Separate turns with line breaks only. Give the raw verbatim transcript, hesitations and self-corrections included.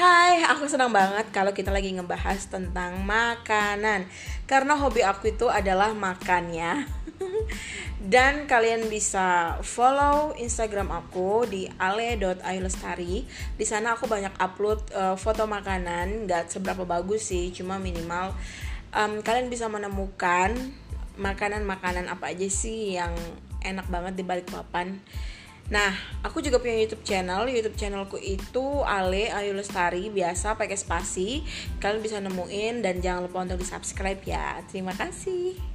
Hai, aku senang banget kalau kita lagi ngebahas tentang makanan. Karena hobi aku itu adalah makannya. Dan kalian bisa follow Instagram aku di ale dot ayu lestari. Di sana aku banyak upload uh, foto makanan, nggak seberapa bagus sih, cuma minimal um, kalian bisa menemukan makanan-makanan apa aja sih yang enak banget di balik papan. Nah, aku juga punya YouTube channel. YouTube channelku itu Ale Ayu Lestari, biasa pakai spasi. Kalian bisa nemuin dan jangan lupa untuk di-subscribe ya. Terima kasih.